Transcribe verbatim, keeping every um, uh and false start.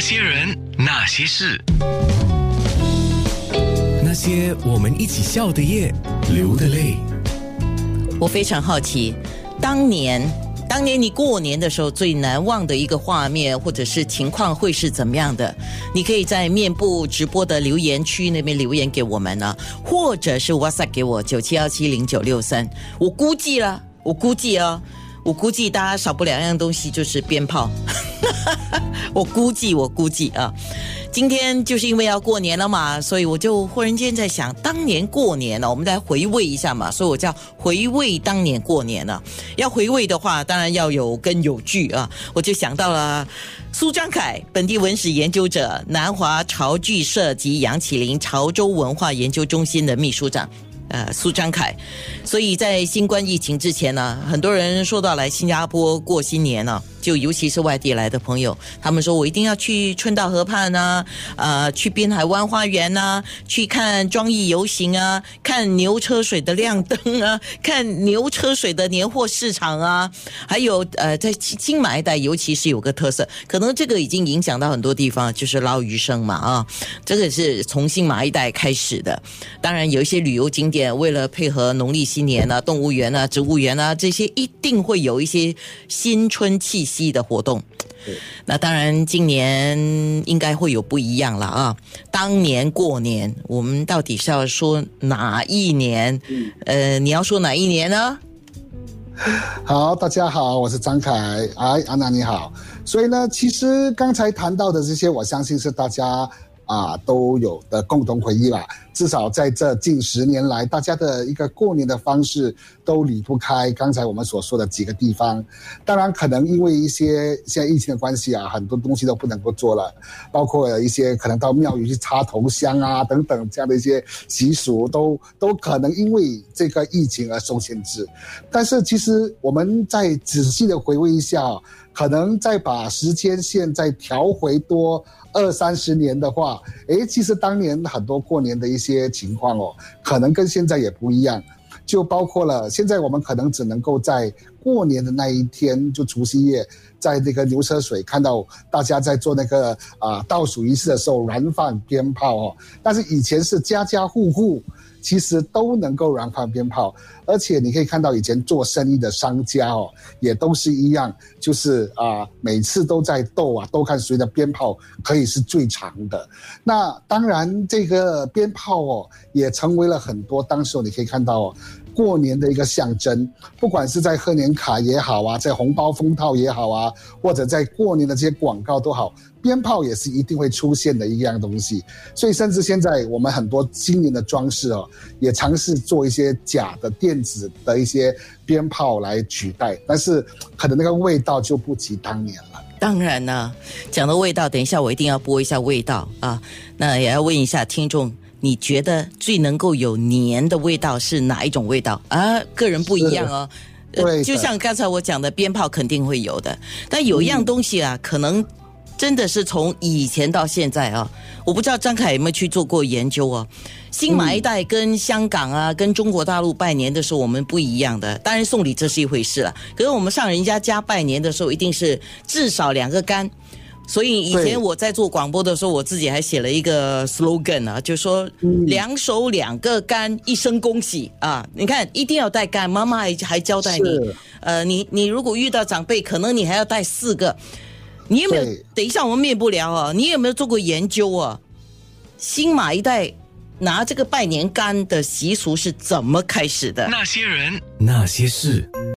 些人，那些事， 那些我们一起笑的夜，流的泪。 我非常好奇，当年当年你过年的时候最难忘的一个画面或者是情况会是怎么样的？你可以在面部直播的留言区那边留言给我们呢，或者是 WhatsApp 给我九七幺七零九六三。我估计了，我估计哦，我估计大家少不了一样东西，就是鞭炮。我估计，我估计啊。今天就是因为要过年了嘛，所以我就忽然间在想，当年过年呢、啊，我们再回味一下嘛，所以我叫回味当年过年了、啊。要回味的话，当然要有根有据啊，我就想到了苏章凯，本地文史研究者，南华潮剧社及杨启麟潮州文化研究中心的秘书长。呃，苏章凯，所以在新冠疫情之前呢，很多人说到来新加坡过新年呢、啊，就尤其是外地来的朋友，他们说我一定要去春岛河畔啊，呃，去滨海湾花园啊，去看庄艺游行啊，看牛车水的亮灯啊，看牛车水的年货市场啊，还有呃，在新马一带，尤其是有个特色，可能这个已经影响到很多地方，就是捞鱼生嘛啊，这个是从新马一带开始的。当然有一些旅游景点。为了配合农历新年啊，动物园啊、植物园啊，这些一定会有一些新春气息的活动。那当然今年应该会有不一样了啊。当年过年，我们到底是要说哪一年？呃，你要说哪一年呢？ 好，大家好，我是张凯。哎，安娜你好。所以呢，其实刚才谈到的这些，我相信是大家啊都有的共同回忆啦。至少在这近十年来，大家的一个过年的方式都离不开刚才我们所说的几个地方。当然可能因为一些现在疫情的关系啊，很多东西都不能够做了，包括一些可能到庙宇去插头香啊等等这样的一些习俗都都可能因为这个疫情而受限制。但是其实我们再仔细的回味一下，可能再把时间线再调回多二三十年的话，诶，其实当年很多过年的一些情况哦，可能跟现在也不一样。就包括了现在我们可能只能够在过年的那一天，就除夕夜，在那个牛车水看到大家在做那个啊、呃、倒数仪式的时候燃放鞭炮哦，但是以前是家家户户其实都能够燃放鞭炮，而且你可以看到以前做生意的商家哦，也都是一样，就是啊、呃、每次都在斗啊，都看谁的鞭炮可以是最长的。那当然这个鞭炮哦，也成为了很多当时你可以看到哦，过年的一个象征，不管是在贺年卡也好啊，在红包封套也好啊，或者在过年的这些广告都好，鞭炮也是一定会出现的一样东西。所以甚至现在我们很多今年的装饰哦，也尝试做一些假的电子的一些鞭炮来取代，但是可能那个味道就不及当年了。 当然了，讲的味道，等一下我一定要播一下味道啊。那也要问一下听众，你觉得最能够有年的味道是哪一种味道啊？个人不一样哦。呃，就像刚才我讲的，鞭炮肯定会有的，但有一样东西啊，嗯、可能真的是从以前到现在啊，我不知道张凯有没有去做过研究啊。新马一代跟香港啊、嗯、跟中国大陆拜年的时候我们不一样的，当然送礼这是一回事了，可是我们上人家家拜年的时候一定是至少两个杆。所以以前我在做广播的时候，我自己还写了一个 slogan 啊，就说两手两个杆，一生恭喜啊！你看，一定要带杆，妈妈还还交代你，呃，你你如果遇到长辈，可能你还要带四个。你有没有？等一下我们面不聊啊，你有没有做过研究啊？新马一代拿这个拜年杆的习俗是怎么开始的？ 那些人， 那些事。